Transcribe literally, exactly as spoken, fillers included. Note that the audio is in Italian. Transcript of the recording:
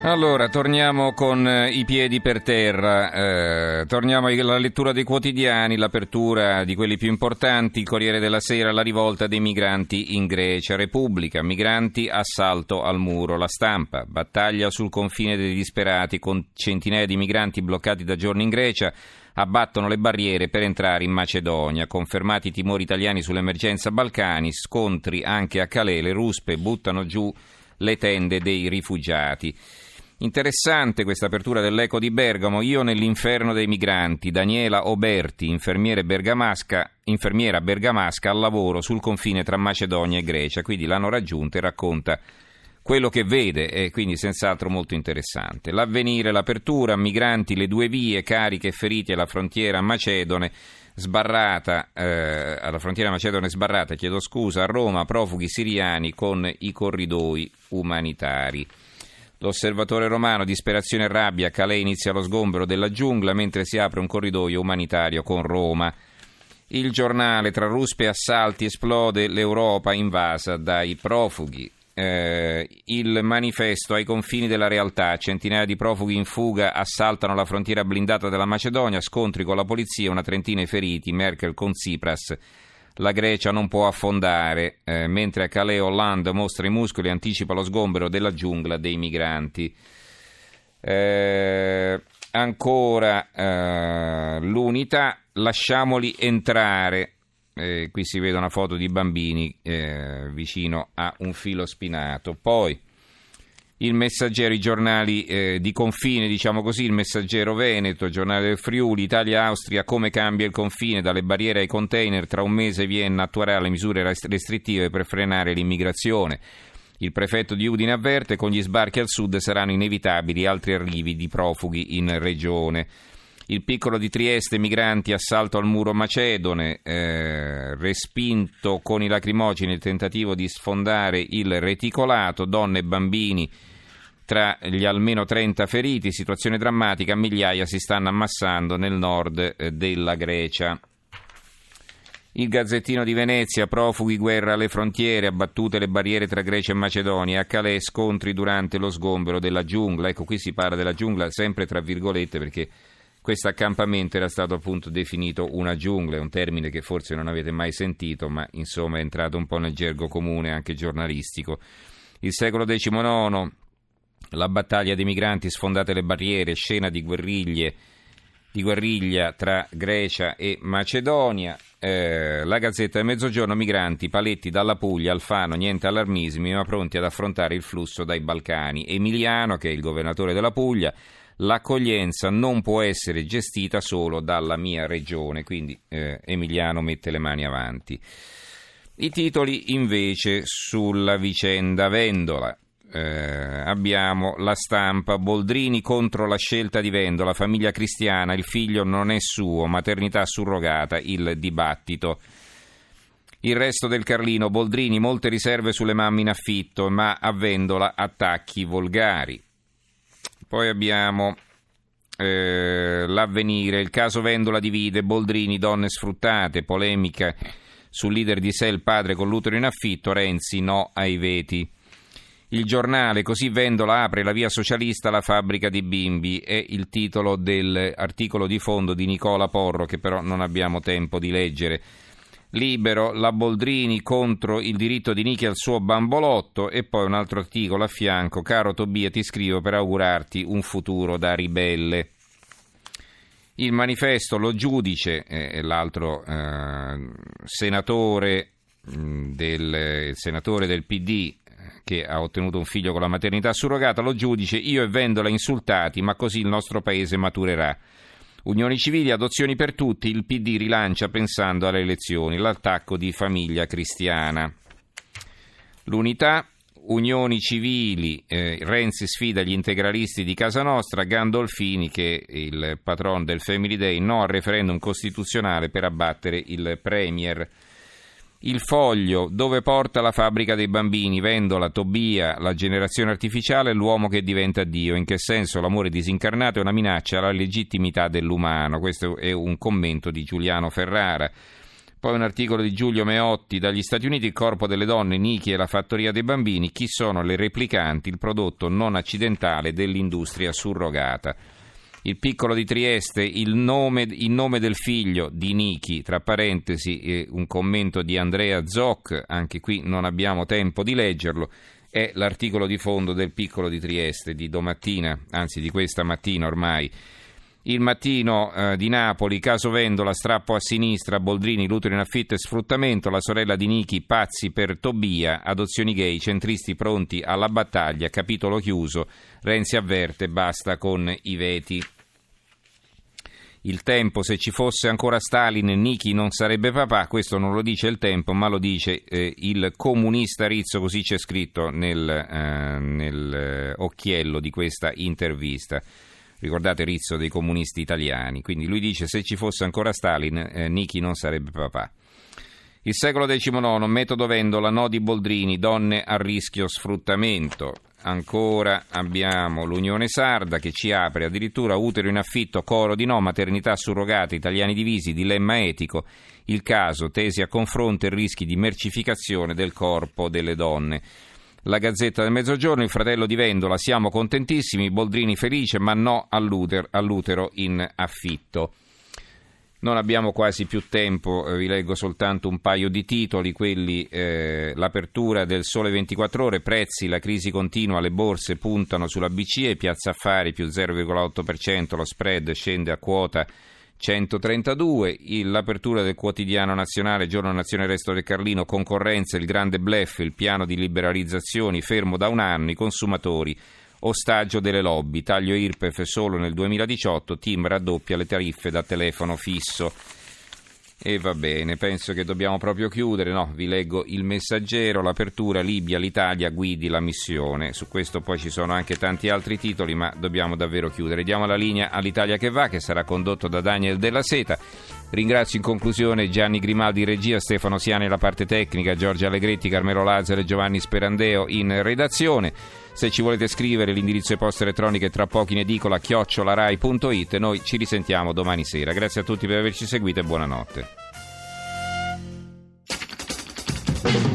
Allora, torniamo con eh, i piedi per terra, eh, torniamo alla lettura dei quotidiani, l'apertura di quelli più importanti, il Corriere della Sera, la rivolta dei migranti in Grecia, Repubblica, migranti, assalto al muro, La Stampa, battaglia sul confine dei disperati con centinaia di migranti bloccati da giorni in Grecia, abbattono le barriere per entrare in Macedonia, confermati i timori italiani sull'emergenza Balcani, scontri anche a Calais, le ruspe buttano giù le tende dei rifugiati. Interessante questa apertura dell'Eco di Bergamo, io nell'inferno dei migranti, Daniela Oberti, infermiera bergamasca, infermiera bergamasca al lavoro sul confine tra Macedonia e Grecia, quindi l'hanno raggiunta e racconta quello che vede, e quindi senz'altro molto interessante. L'Avvenire, l'apertura, migranti, le due vie, cariche e feriti alla frontiera macedone, sbarrata, eh, alla frontiera macedone sbarrata, chiedo scusa, a Roma, profughi siriani con i corridoi umanitari. L'Osservatore Romano, disperazione e rabbia, Calais inizia lo sgombero della giungla mentre si apre un corridoio umanitario con Roma. Il Giornale, tra ruspe e assalti esplode l'Europa invasa dai profughi. Eh, il Manifesto, ai confini della realtà, centinaia di profughi in fuga assaltano la frontiera blindata della Macedonia, scontri con la polizia, una trentina i feriti, Merkel con Tsipras. La Grecia non può affondare, eh, mentre a Calais Hollande mostra i muscoli e anticipa lo sgombero della giungla dei migranti. Eh, ancora eh, l'Unità, lasciamoli entrare. Eh, qui si vede una foto di bambini eh, vicino a un filo spinato. Poi il Messaggero, i giornali eh, di confine, diciamo così, il Messaggero Veneto, il Giornale del Friuli, Italia-Austria, come cambia il confine dalle barriere ai container, tra un mese Vienna attuerà le misure restrittive per frenare l'immigrazione. Il prefetto di Udine avverte, con gli sbarchi al sud saranno inevitabili altri arrivi di profughi in regione. Il Piccolo di Trieste, migranti, assalto al muro macedone, eh, respinto con i lacrimogeni il tentativo di sfondare il reticolato, donne e bambini tra gli almeno trenta feriti, situazione drammatica, migliaia si stanno ammassando nel nord eh, della Grecia. Il Gazzettino di Venezia, profughi, guerra alle frontiere, abbattute le barriere tra Grecia e Macedonia, a Calais scontri durante lo sgombero della giungla. Ecco, qui si parla della giungla sempre tra virgolette perché questo accampamento era stato appunto definito una giungla, è un termine che forse non avete mai sentito, ma insomma è entrato un po' nel gergo comune anche giornalistico. Il Secolo diciannove, la battaglia dei migranti, sfondate le barriere, scena di guerriglie, di guerriglia tra Grecia e Macedonia. Eh, la Gazzetta del Mezzogiorno, migranti, paletti dalla Puglia, Alfano, niente allarmismi, ma pronti ad affrontare il flusso dai Balcani. Emiliano, che è il governatore della Puglia, l'accoglienza non può essere gestita solo dalla mia regione, quindi eh, Emiliano mette le mani avanti. I titoli invece sulla vicenda Vendola. Eh, abbiamo La Stampa, Boldrini contro la scelta di Vendola, famiglia cristiana, il figlio non è suo, maternità surrogata, il dibattito. Il Resto del Carlino, Boldrini, molte riserve sulle mamme in affitto, ma a Vendola attacchi volgari. Poi abbiamo eh, l'Avvenire, il caso Vendola divide, Boldrini, donne sfruttate, polemica sul leader di sé, il padre con l'utero in affitto, Renzi no ai veti. Il Giornale, così Vendola apre la via socialista alla fabbrica di bimbi, è il titolo dell'articolo di fondo di Nicola Porro che però non abbiamo tempo di leggere. Libero, la Boldrini contro il diritto di Nichi al suo bambolotto, e poi un altro articolo a fianco, caro Tobia ti scrivo per augurarti un futuro da ribelle. Il Manifesto, lo giudice, eh, l'altro eh, senatore, mh, del, il senatore del P D che ha ottenuto un figlio con la maternità surrogata, lo giudice, io e Vendola insultati, ma così il nostro paese maturerà. Unioni civili, adozioni per tutti, il P D rilancia pensando alle elezioni, l'attacco di Famiglia Cristiana. L'Unità, unioni civili, eh, Renzi sfida gli integralisti di Casa Nostra, Gandolfini che è il patron del Family Day, no al referendum costituzionale per abbattere il Premier. Il Foglio, dove porta la fabbrica dei bambini, Vendola, Tobia, la generazione artificiale, l'uomo che diventa Dio, in che senso l'amore disincarnato è una minaccia alla legittimità dell'umano. Questo è un commento di Giuliano Ferrara. Poi un articolo di Giulio Meotti, dagli Stati Uniti, il corpo delle donne, Niki e la fattoria dei bambini, chi sono le replicanti, il prodotto non accidentale dell'industria surrogata. Il Piccolo di Trieste, il nome, il nome del figlio di Niki, tra parentesi eh, un commento di Andrea Zoc, anche qui non abbiamo tempo di leggerlo, è l'articolo di fondo del Piccolo di Trieste di domattina, anzi di questa mattina ormai. Il Mattino eh, di Napoli, caso Vendola, strappo a sinistra, Boldrini, l'utero in affitto e sfruttamento, la sorella di Niki, pazzi per Tobia, adozioni gay, centristi pronti alla battaglia, capitolo chiuso, Renzi avverte, basta con i veti. Il Tempo, se ci fosse ancora Stalin, Niki non sarebbe papà, questo non lo dice il Tempo, ma lo dice eh, il comunista Rizzo, così c'è scritto nel, eh, nel eh, occhiello di questa intervista. Ricordate Rizzo dei comunisti italiani, quindi lui dice se ci fosse ancora Stalin, eh, Niki non sarebbe papà. Il Secolo diciannove, metodo Vendola, no di Boldrini, donne a rischio sfruttamento. Ancora abbiamo l'Unione Sarda che ci apre addirittura utero in affitto, coro di no, maternità surrogata, italiani divisi, dilemma etico, il caso, tesi a confronto e rischi di mercificazione del corpo delle donne. La Gazzetta del Mezzogiorno, il fratello di Vendola, siamo contentissimi, Boldrini felice, ma no all'utero, all'utero in affitto. Non abbiamo quasi più tempo, eh, vi leggo soltanto un paio di titoli, quelli, eh, l'apertura del Sole ventiquattro Ore, prezzi, la crisi continua, le borse puntano sulla B C E, Piazza Affari più zero virgola otto per cento, lo spread scende a quota centotrentadue, l'apertura del Quotidiano Nazionale, Giorno Nazione Resto del Carlino, concorrenza, il grande bluff, il piano di liberalizzazioni fermo da un anno, i consumatori ostaggio delle lobby, taglio I R P E F solo nel duemiladiciotto, Tim raddoppia le tariffe da telefono fisso. E va bene, penso che dobbiamo proprio chiudere, no? Vi leggo il Messaggero, l'apertura, Libia, l'Italia guidi la missione. Su questo poi ci sono anche tanti altri titoli, ma dobbiamo davvero chiudere. Diamo la linea all'Italia che va, che sarà condotto da Daniel Della Seta. Ringrazio in conclusione Gianni Grimaldi in regia, Stefano Siani alla parte tecnica, Giorgio Allegretti, Carmelo Lazzaro e Giovanni Sperandeo in redazione. Se ci volete scrivere, l'indirizzo e posta elettronica è tra pochi in edicola chiocciola rai punto it. Noi ci risentiamo domani sera. Grazie a tutti per averci seguito e buonanotte.